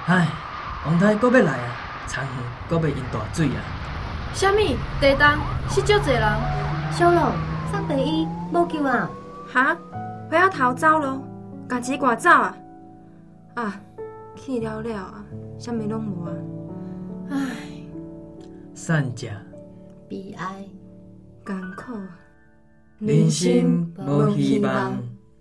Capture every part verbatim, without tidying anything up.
唉，王太阁要来啊，田园阁要淹大水啊！ 啥物？地动死足侪人。 小龙，送第一无救啊！ 哈，回头逃走咯，家己赶走啊！啊，去了了啊，啥物拢无啊！唉， 善者悲哀， 艰苦， 人生无希望。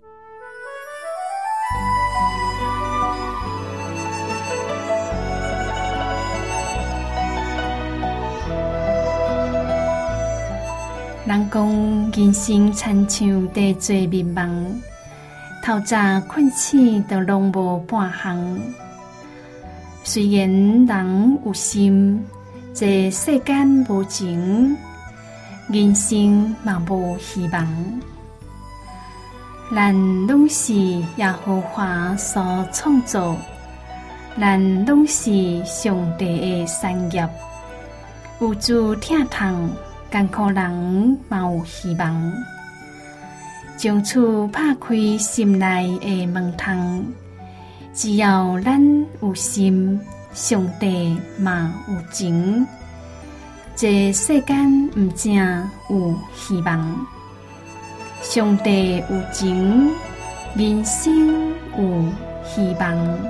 人讲人生亲像地做迷茫，透早困醒都拢无半项。虽然人有心，这世间无情，人生嘛无希望。咱拢是耶和华所创造，咱拢是上帝的产业，有主疼痛。艰苦人嘛有希望，将厝拍开心内的门窗。只要咱有心，上帝嘛有情。这世间不正有希望，上帝有情，人生有希望。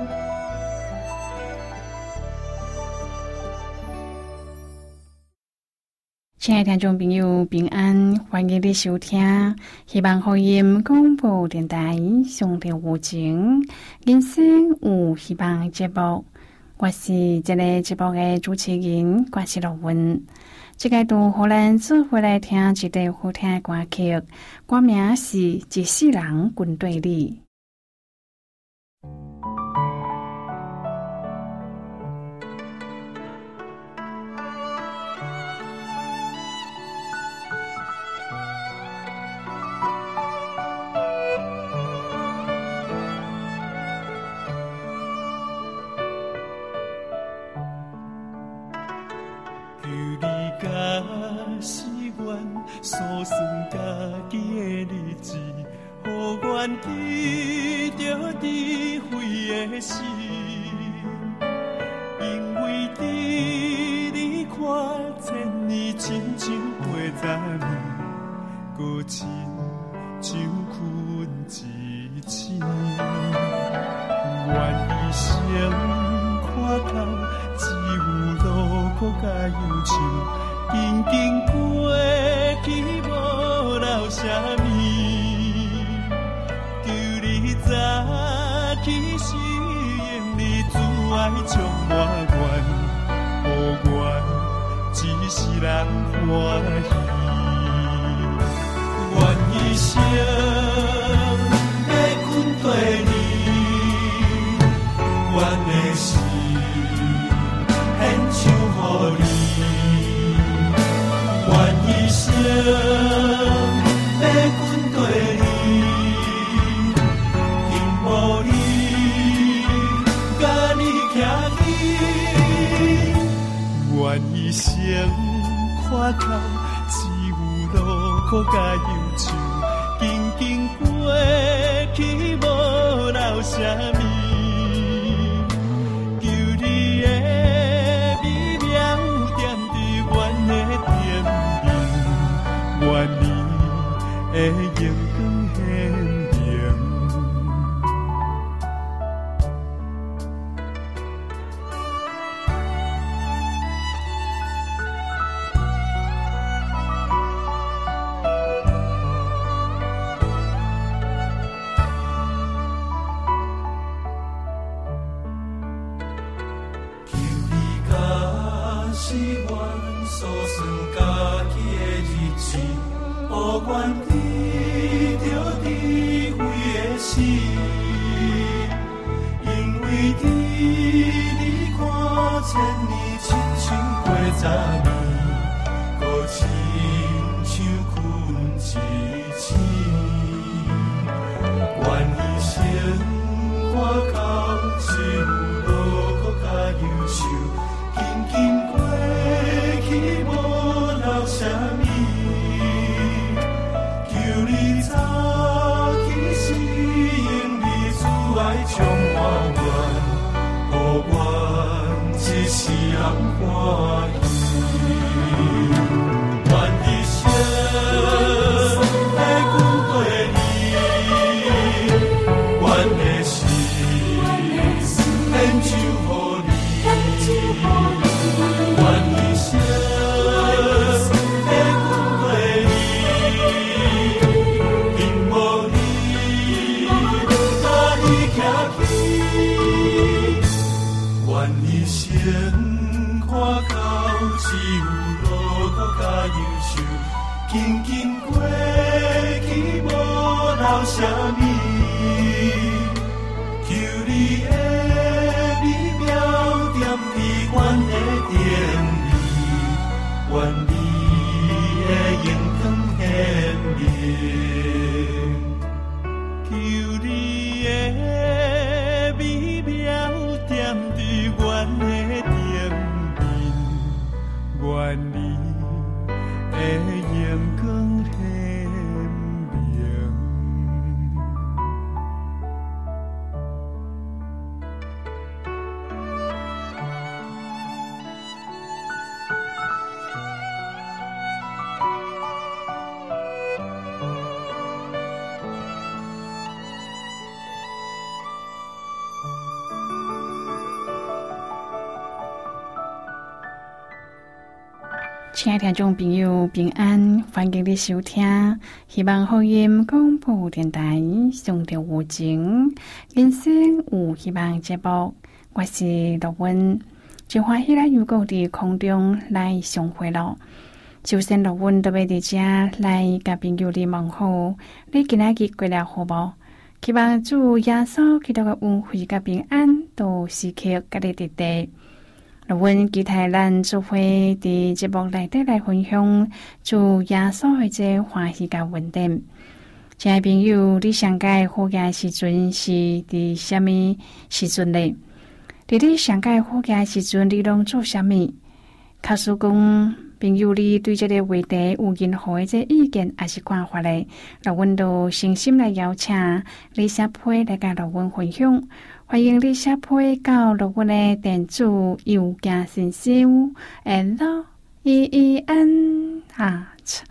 亲爱的听众朋友，平安，欢迎你收听希望福音广播电台上帝有情人生有希望节目。我是这个节目的主持人关系乐文。这个度互咱做回来听一段好听的歌曲，歌名是《一世人军队里》。 所算家己的日子，予阮记着智慧的心，因为伫你看千年亲像过十年，搁亲像困一醒，愿一生看透，只有路苦甲忧愁。紧紧过去无留啥物，求你早起时用你慈爱充满阮，予阮一世人欢喜。愿一生在军队里，阮的心献上予你。愿一生在军队里，幸福你，甲你徛起。愿一生看透，只有路苦甲忧愁，紧紧过去无留啥物，求你的美妙点伫阮的愿你的阳光显明，求你甲是阮所算家己的日子。予阮记着智慧的心，因为伫你看千年亲像过十年，搁亲像困一醒。愿一生看透，只有路苦甲忧愁，紧紧过去无留啥物。求你早起时，用你慈爱充满阮，予我一世人欢喜。愿一生的跟对你，愿的心献上予你，愿一生的跟对你，因无你，甲你徛起，愿一生看到只有路途甲忧愁，紧紧过去无留啥物，求你的美妙点伫阮的点里，愿你的荣光显明，求你的美妙点伫阮的点面，愿你的阳光显明。 亲爱的听众朋友，平安，欢迎你收听希望福音广播电台上条有情人生有希望节目，我是乐文，真欢喜咱又搁伫空中来相会咯。首先，乐文特别伫遮来甲朋友你问候，你今仔日过了好无？希望主耶稣基督的恩惠甲平安都时刻甲你伫地。乐文期待咱做伙伫节目内底来分享主耶稣的这欢喜甲稳定。亲爱朋友，你上界好嘅时阵是伫什么时阵呢？伫你上界好嘅时阵，你拢做什么？假使讲朋友你对这个话题有任何的这意见还是看法呢？乐文都诚心来邀请你写批来甲乐文分享。欢迎你写批到乐文的电子邮件信箱 l e e n at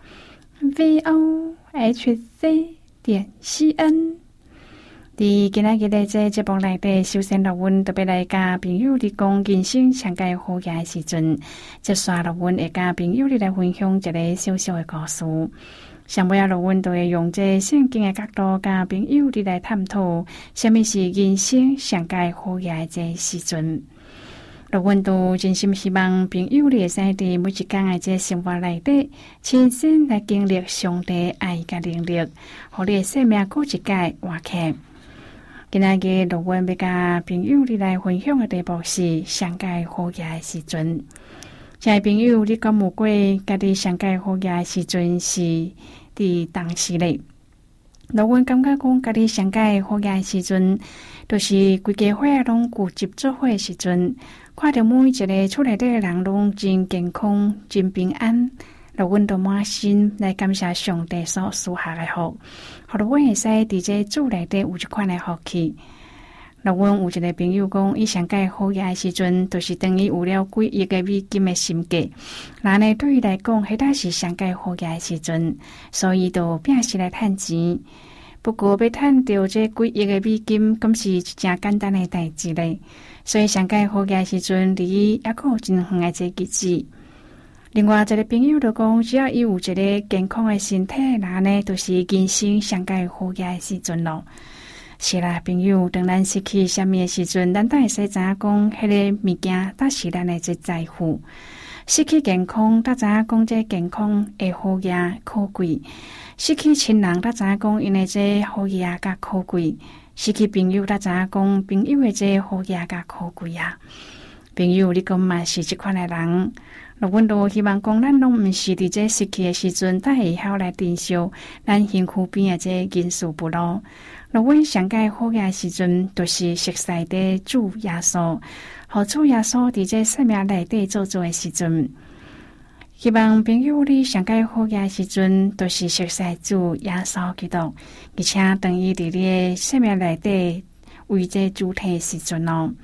v o h c 点 c n。伫今仔日的这节目内底，首先乐文特别来甲朋友你讲人生上界好嘅的时阵，接续乐文会甲朋友你来分享一个小小的故事。上尾啊，乐文都会用这圣经的角度，甲朋友你来探讨，什么是人生上界好嘅的这时阵。乐文都真心希望朋友你会使伫每一天的这生活内底，亲身来经历上帝爱甲能力，互你的生命过一界活起。今仔日乐文要甲朋友你来分享的题目是上界好嘅的时阵。亲爱朋友，你敢有过家己上界好嘅的时阵是伫当时咧？乐文感觉讲家己上界好嘅的时阵，就是规家伙拢聚集做伙的时阵，看到每一个厝内底的人拢真健康、真平安。乐文都满心来感谢上帝所赐下的福，互乐文会使伫这主内底有一款的福气。乐文有一个朋友讲，伊上界好嘅时阵，就是等于有了几亿个美金的身价。那呢，对伊来讲，迄搭是上界好嘅时阵，所以就拼死来趁钱。不过要趁到这几亿个美金，咁是一件简单的代志咧。所以上界好嘅时阵，离抑个有真远嘅这日子。另外一个朋友就讲，只要伊有一个健康的身体，那呢，就是人生上界好嘅时阵咯。是啦，朋友，当咱失去什么时阵，咱都会使知影讲，迄个物件，才是咱的这财富。失去健康，才知影讲，这健康的好嘢可贵；失去亲人，才知影讲，因的这好嘢甲可贵；失去朋友，才知影讲，朋友的这好嘢甲可贵啊。朋友，你讲嘛是这款的人。乐文都希望讲，咱拢毋是伫这失去的时阵，才会晓来珍惜咱身躯边的这人事物咯。乐文上界好嘅时阵，就是熟悉的主耶稣，互主耶稣伫这生命内底做做的时阵。希望朋友你上界好嘅时阵，都是熟悉主耶稣基督，而且等于伫你的生命内底为这主体时阵咯。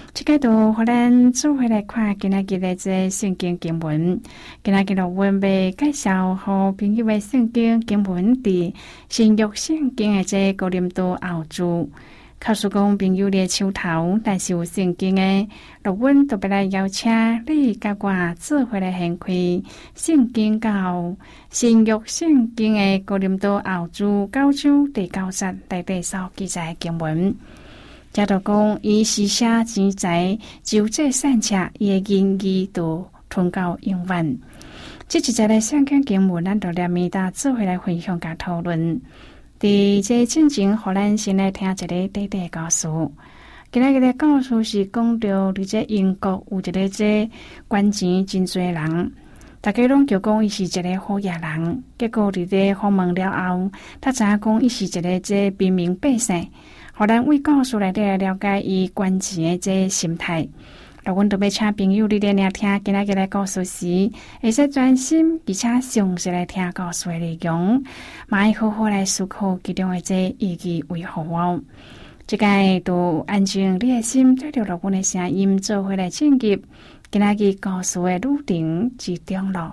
这个都互咱做回来看今仔日的这圣经经文。今仔日的文要介绍和朋友的圣经经文伫新约圣经的这哥林多后书。告诉讲朋友的手头，但是有圣经的录音，都要来邀请你甲我做回来掀开圣经到新约圣经的哥林多后书九章第九节第第所记载经文。假如讲伊是写钱财，就这善车，伊的言语都传到永远。这一节的圣经经文，咱就连面搭做回来分享甲讨论。伫这进前，互咱先来听一个短短故事。今仔日的故事是讲到伫这英国有一个这捐钱真侪人，大家拢就讲伊是一个好野人。结果伫这访问了后，他知影讲伊是一个这平民百姓。互咱为故事内底来了解伊捐钱的这心态。那阮特别请朋友你来听听今仔日的故事时，会使专心而且详细来听故事的内容，嘛会好好来思考其中的这意义为何哦。这个都安静你的心，对着阮的声音做回来进入今仔日故事的旅程之中咯。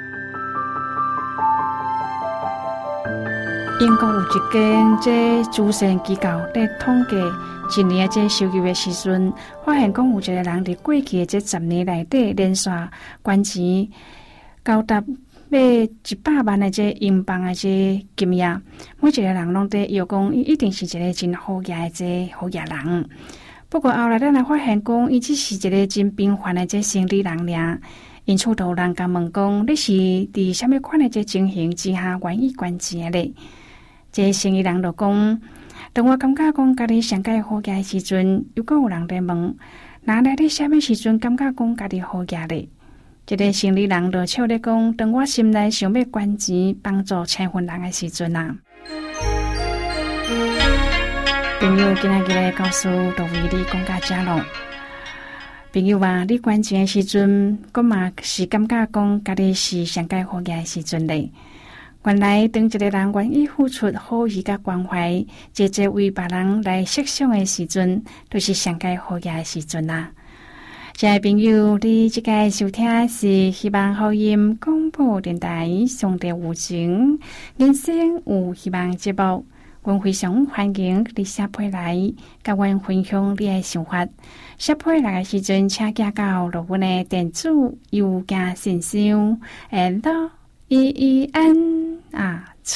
英国有一间这慈善机构在统计一年这收入的时阵，发现讲有一个人伫过去的这十年内底连续捐钱高达要一百万的这英镑的这金额，每一个人拢在有讲伊一定是一个真好业的这好业人。不过后来咱来发现讲，伊只是一个真平凡的这生理人尔。因此，都有人甲问讲，你是伫什么款的这情形之下愿意捐钱的咧？这生意人就讲，当我感觉讲家己上界好业的时阵，又阁有人在问，哪来你什么时阵感觉讲家己好业咧？这个生意人就笑咧讲，当我心内想要捐钱帮助千分人的时阵啊。朋友，今仔日的故事就为你讲到这咯。朋友啊，你捐钱的时阵，我嘛是感觉讲家己是上界好业的时阵咧。原来当一个人愿意付出好意甲关怀，直接为别人来设想的时阵，都是上界好业的时阵啊！亲爱朋友，你这个收听是希望福音广播电台上帝有情人生有希望节目，阮非常欢迎你写批来，甲阮分享你的想法。写批来的时阵，请寄到落阮的电子邮件信箱 ，l e e n at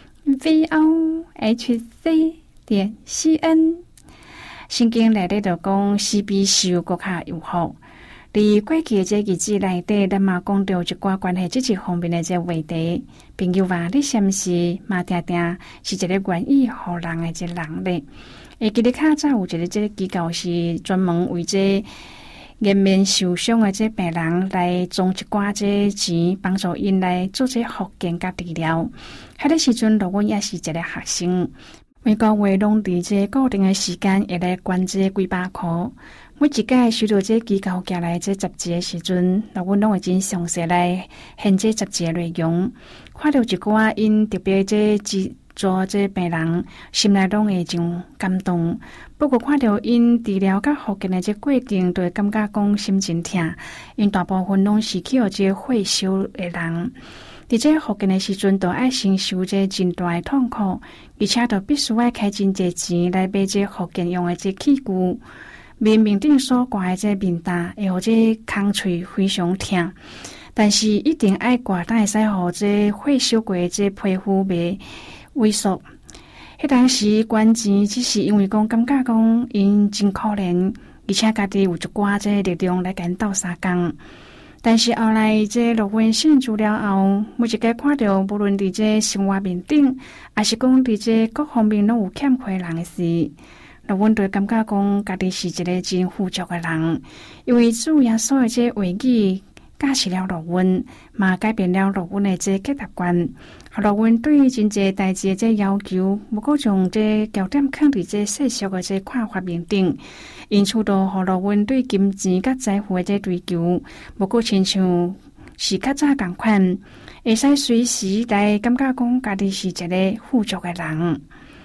v o h c 点 c n。圣经内底就讲施比受更较有福。伫过去这日子内底，咱嘛讲到一寡关系这一方面的这话题。朋友话，你是毋是嘛定定是一个愿意互人的这人咧？会记得较早有一个这个机构是专门为这颜面受伤的这病人来种一寡这钱，帮助因来做这复健甲治疗。迄个时阵，如果也是一个学生，每个月拢伫这固定的时间会来捐这几百块。每一届收到这机构寄来这杂志的时阵，那阮拢会真详细来现这杂志的内容，看到一寡因特别这资助这病人，心内拢会真感动。不过看到因治疗甲复健的这过程，就会感觉讲心真痛，因大部分拢是去互这退休的人。伫这复健的时阵，都爱承受这真大的痛苦，而且都必须要开真侪钱来买这复健用的这器具。面面顶所挂的这面搭，会互这空喙非常痛，但是一定爱挂，才会使互这退休过的这皮肤袂萎缩。迄当时捐钱只是因为讲感觉讲因真可怜，而且家己有一寡这力量来跟斗相共。但是后来这录完信资料后，每一个看到无论伫这生活面顶，还是讲伫这各方面拢有欠缺人的时，那阮就感觉讲家己是一个真富足的人，因为主耶稣的这话语教示了陆阮，嘛改变了陆阮的这价值观，互陆阮对于真侪代志的这要求，无过将这焦点放伫这世俗的这看法面顶，因此都互陆阮对金钱甲财富的这追求，无过亲像是较早共款，会使随时来感觉讲家己是一个富足的人。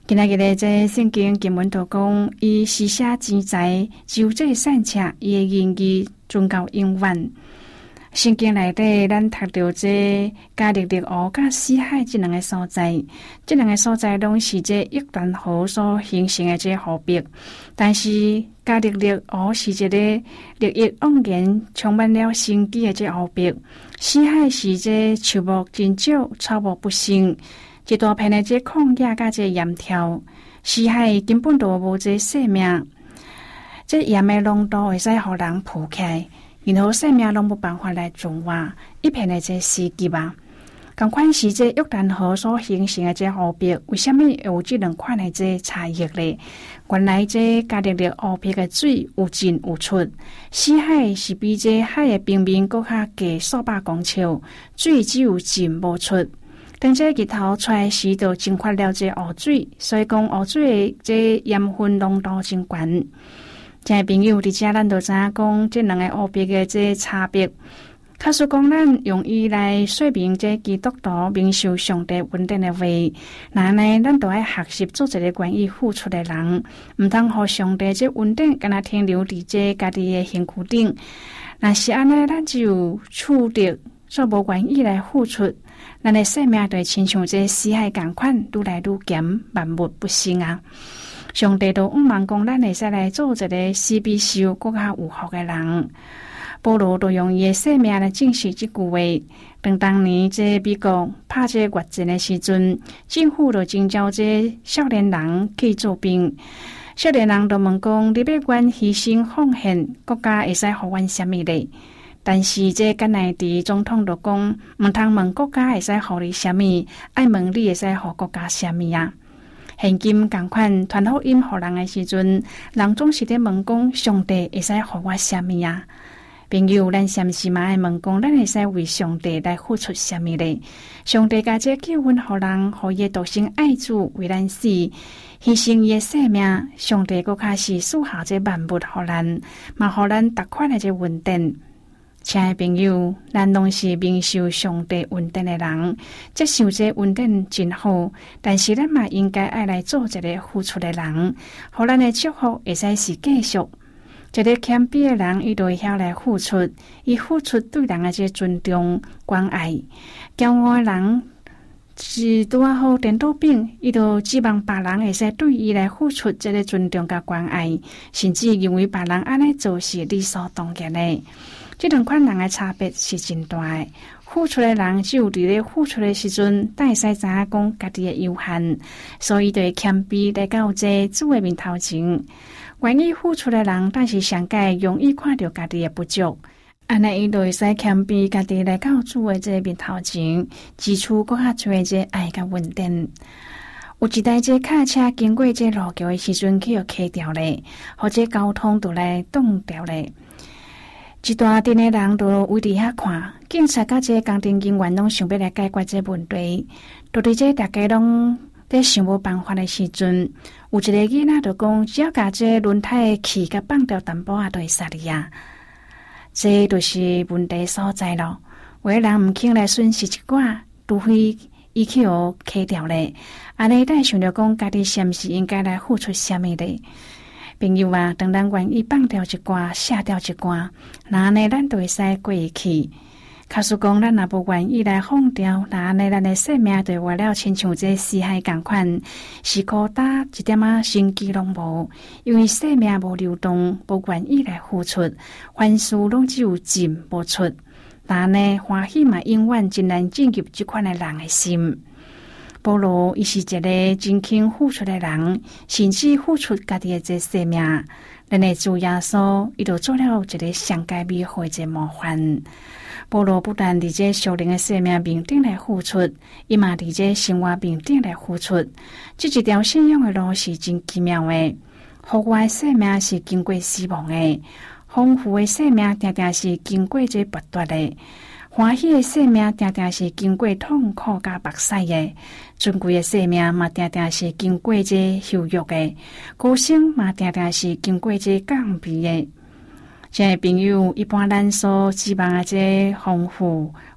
今仔日的这圣经经文就讲，伊施舍钱财，救济善车，伊的言语存到永远。圣经内底，咱读到这加利利湖甲死海这两个所在，这两个所在拢是这约旦河所形成的这河壁。但是加利利湖是一个日益盎然、充满了生机的这湖壁，死海是这树木真少、草木不生，一大片的这旷野甲这盐条，死海根本就无这生命。这盐的浓度会使互人浮起来。然后生命拢无办法来存活，一片的这死寂吧。同款是这约旦河所形成的这湖壁，为什么有这两款的这差异呢？原来这加利利湖壁的水有进有出，死海是比这海的平面搁较低数百公尺，水只有进无出。等这日头出来时，就蒸发了这湖水，所以讲湖水的这盐分浓度真悬。亲爱朋友，伫遮咱就知影讲，这两个湖壁的这差别。假使讲咱用伊来说明这基督徒明受上帝恩典的话，那呢，咱就要学习做一个愿意付出的人，唔通互上帝这恩典敢若停留伫这家己的身躯顶。若是安尼，咱只有处得所无愿意来付出，咱的生命就亲像这死海共款，愈来愈咸，万物不生啊！上帝都毋望讲咱会使来做一个死比受更较有福的人。保罗都用伊的生命来证实这句话。当当年这美国拍这越战的时阵，政府就征召这少年人去做兵。少年人都问讲：你要愿牺牲奉献，国家会使互阮什么咧？但是这甘乃迪总统就讲：毋通问国家会使互你什么，爱问你会使互国家什么啊？现今共款传福音互人的时阵，人总是在问讲：上帝会使互我什么啊？朋友，咱是毋是嘛爱问讲，咱会使为上帝来付出什么咧？上帝甲这救恩互人，互伊独生爱子为咱死，牺牲伊的生命。上帝搁较是赐下这万物互咱，嘛互咱逐款的这恩典。亲爱朋友，咱拢是明受上帝恩典的人，接受这恩典真好，但是咱嘛应该爱来做一个付出的人，互咱的祝福会使是继续。一个谦卑的人，伊就会晓来付出，伊付出对人的这尊重、关爱。骄傲的人是拄啊好颠倒饼，伊就指望别人会使对伊来付出这个尊重甲关爱，甚至认为别人安尼做是理所当然的。这两款人的差别是真大的。付出的人只有伫咧付出的时阵，才会使知影讲家己的有限，所以就会谦卑来到这主的面头前。愿意付出的人，但是上界容易看到家己的不足，安尼伊就会使谦卑家己来到主的这面头前，支出搁较多这爱甲稳定。有一台这卡车经过这路桥的时阵，去互卡掉咧，或者交通都来挡掉咧。一大阵的人都围伫遐看，警察甲这工程人员拢想要来解决这问题。都伫这大家拢在想无办法的时阵，有一个囡仔就讲，只要甲这轮胎的气甲放掉淡薄啊，就会煞哩啊。这就是问题所在咯。有的人毋肯来损失一寡，除非伊去互开掉咧。安尼才想着讲，家己是毋是应该来付出什么咧？朋友啊，当咱愿意放掉一寡，卸掉一寡，那安尼咱就会使过会去。假使讲咱若无愿意来放掉，那安尼咱的生命就活了亲像这死海共款，是可打一点仔生机拢无，因为生命无流动，无愿意来付出，凡事拢只有进无出。那安尼欢喜嘛，永远真难进入这款的人的心。保罗伊是一个真肯付出的人，甚至付出家己的这生命。咱的主耶稣，伊就做了一个上界美好的这模范。保罗不但伫这属灵的生命面顶来付出，伊嘛伫这生活面顶来付出。这一条信仰的路是真奇妙的。活活的生命是经过死亡的，丰富的生命常常是经过这剥夺的。欢喜的生命常常是经过痛苦甲目屎的，尊贵的生命嘛常常是经过这羞辱的，高升嘛常常是经过这降卑的。亲爱朋友，一般咱所指望的这丰富、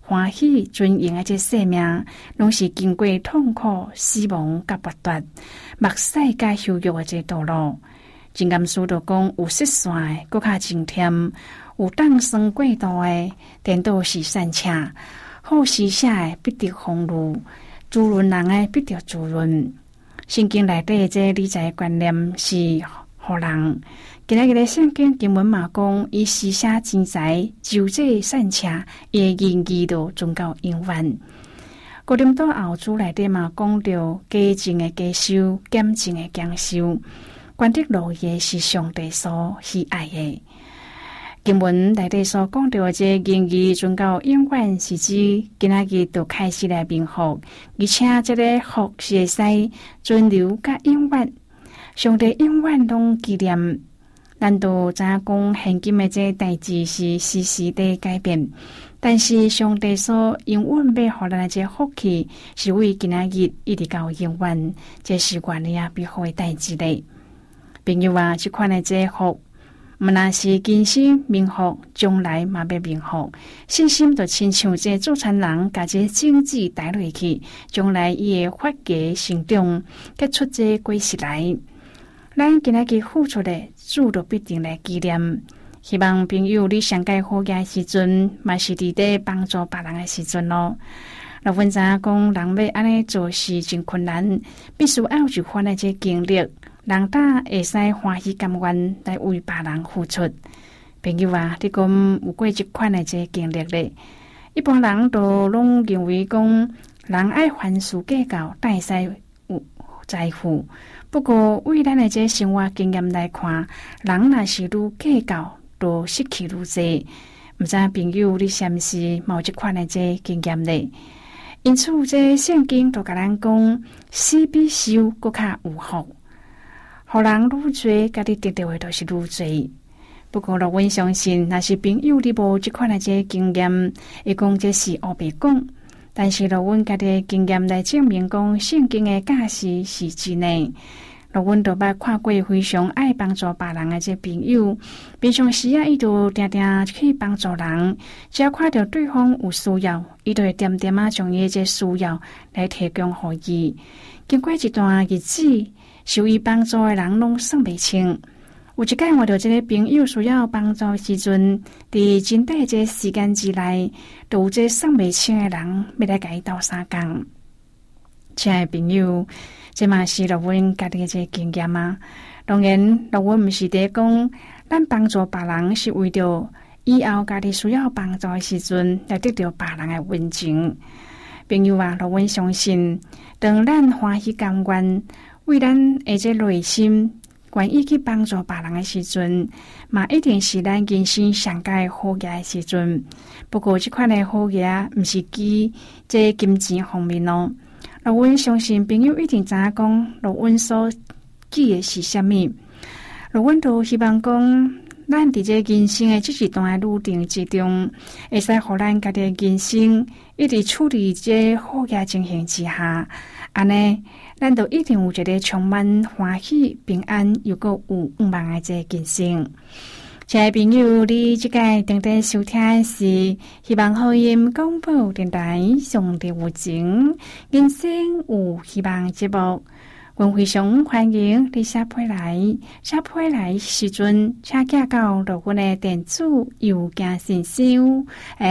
欢喜尊严的这生命，拢是经过痛苦、死亡甲剥夺、目屎甲羞辱的这道路。真甘书就讲，有失算的，搁较真甜；有当生过度的，颠倒是善车。好施舍的必得丰禄，滋润人的必得滋润。圣经内底这理财观念是互人。今仔日的圣经经文嘛讲，伊施舍钱财，就这善车，伊的言语就存到永远。哥林多后书内底嘛讲到，加种的加收，减种的减收。关得落叶是上帝所喜爱的。经文内底所讲到的这言语存到永远，是指今仔日就开始来明福，而且这个福是会使存留甲永远。上帝永远拢纪念。咱都知影讲现今的这代志是时时在改变，但是上帝所永远要互咱的这福气，是为今仔日一直到永远，这是愿意啊美好的代志嘞。朋友啊，这款的这福，毋那是今生明福，将来嘛要明福。信心就亲像这做田人，甲这种子带落去，将来伊会发芽成长，结出这果实来。咱今仔日付出的，主就必定来纪念。希望朋友你上界好嘅时阵，嘛是伫咧帮助别人嘅时阵咯。若阮知影讲，人要安尼做事真困难，必须要有一款嘅这经历，人大会使欢喜甘愿来为别人付出。朋友啊，你讲有过这款嘅这经历咧？一般人都拢认为讲，人爱凡事计较，才会使有财富。不过，为咱的这生活经验来看，人若是愈计较，就失去愈多。毋知朋友你是毋是某一款的这经验呢？因此，这圣经就甲咱讲，施比受搁较有福，互人愈多，家己得到的都是愈多。不过，若阮相信，若是朋友你无这款的这经验，会讲这是黑白讲。但是，若阮家己的经验来证明讲，圣经的假使是真的。若阮都捌看过非常爱帮助别人的这朋友，平常时啊，伊就定定去帮助人，只要看到对方有需要，伊就会点点啊将伊这需要来提供互伊。经过一段日子，受伊帮助的人拢算袂清。有一间我着这个朋友需要帮助的时阵，伫真短这时间之内，都有这算袂清的人要来甲伊斗相共。亲爱的朋友，这嘛是若阮家己的这经验啊。当然，若阮毋是伫讲，咱帮助别人是为着以后家己需要帮助的时阵，来得到别人的温情。朋友啊，若阮相信，当咱欢喜甘愿为咱的这内心，愿意去帮助别人的时阵，嘛一定是咱人生上界好业的时阵。不过，这款的好业毋是基这金钱方面咯。若阮相信朋友一定知影讲，若阮所记的是啥物。若阮都希望讲，咱伫这人生的这一段路程之中，会使互咱家己的人生一直处理这好业情形之下，安尼咱都一定有一个充满欢喜、平安又个有愿望的这人生。亲爱的朋友，你即个正在收听的是希望福音广播电台上帝有情人生有希望节目，阮非常欢迎你写批来，写批来时阵，请寄到落阮的电子邮件信箱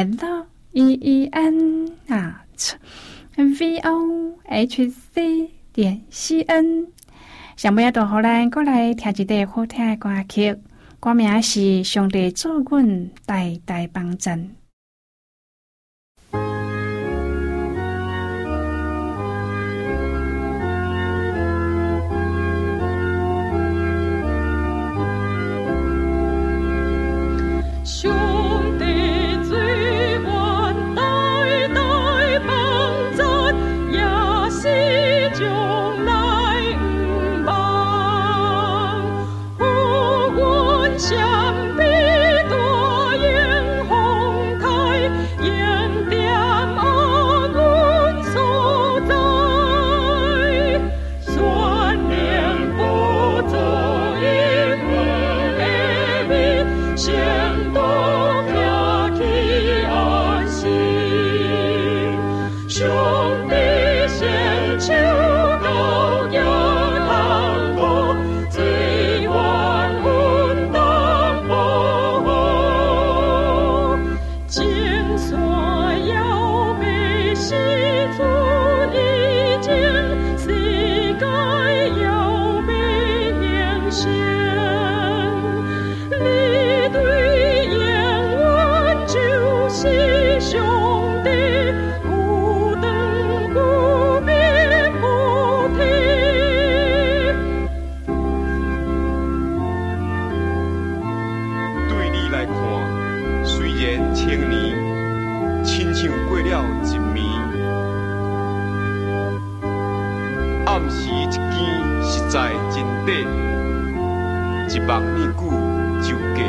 l e e n at v o h c 点 c n。想不要到后来过来听一个好听的歌曲。歌名是上帝做阮代代帮衬。 上帝做阮代代帮衬，也是将来毋忘。相比大英雄千年，亲像过了一暝。暗时一见，实在真短，一目呢久就过。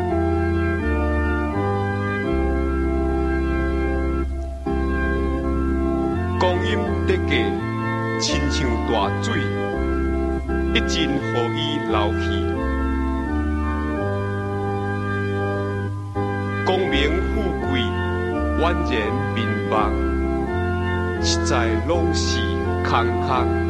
光阴得过，亲像大水，一阵予伊流去。功名富贵，宛然面目，实在拢是空空。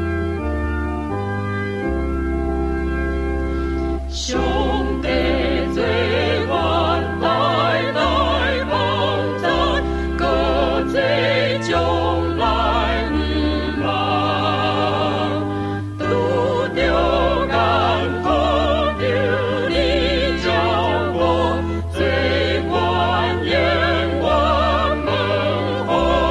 上帝做阮代代帮助，搁做将来不忘。拄着艰苦，着你照顾，做阮永远问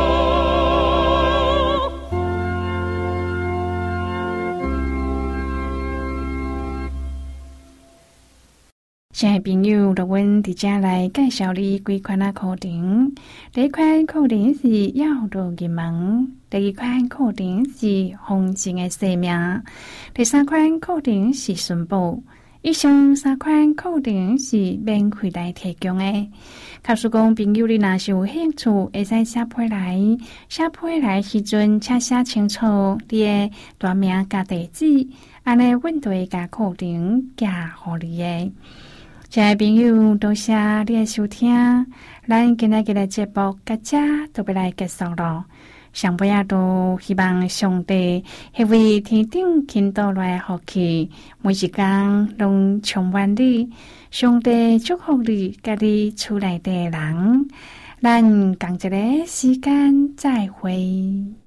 亲爱朋友，让阮伫遮来介绍你几款啊课程。第一款课程是要道入门，第二款课程是丰盛的生命，第三款课程是顺报。以上三款课程是免费来提供的。假使讲朋友你若是有兴趣，会使写批来，写批来时阵，请写清楚你的大名加地址，安尼阮就会甲课程寄互你的。亲爱朋友，多谢你的收听，咱今日的节目到这就要来结束了。上尾啊，都希望上帝迄位天顶倾倒来福气，每一天拢充满你。上帝祝福你，甲你厝内的人。咱同一个时间再会。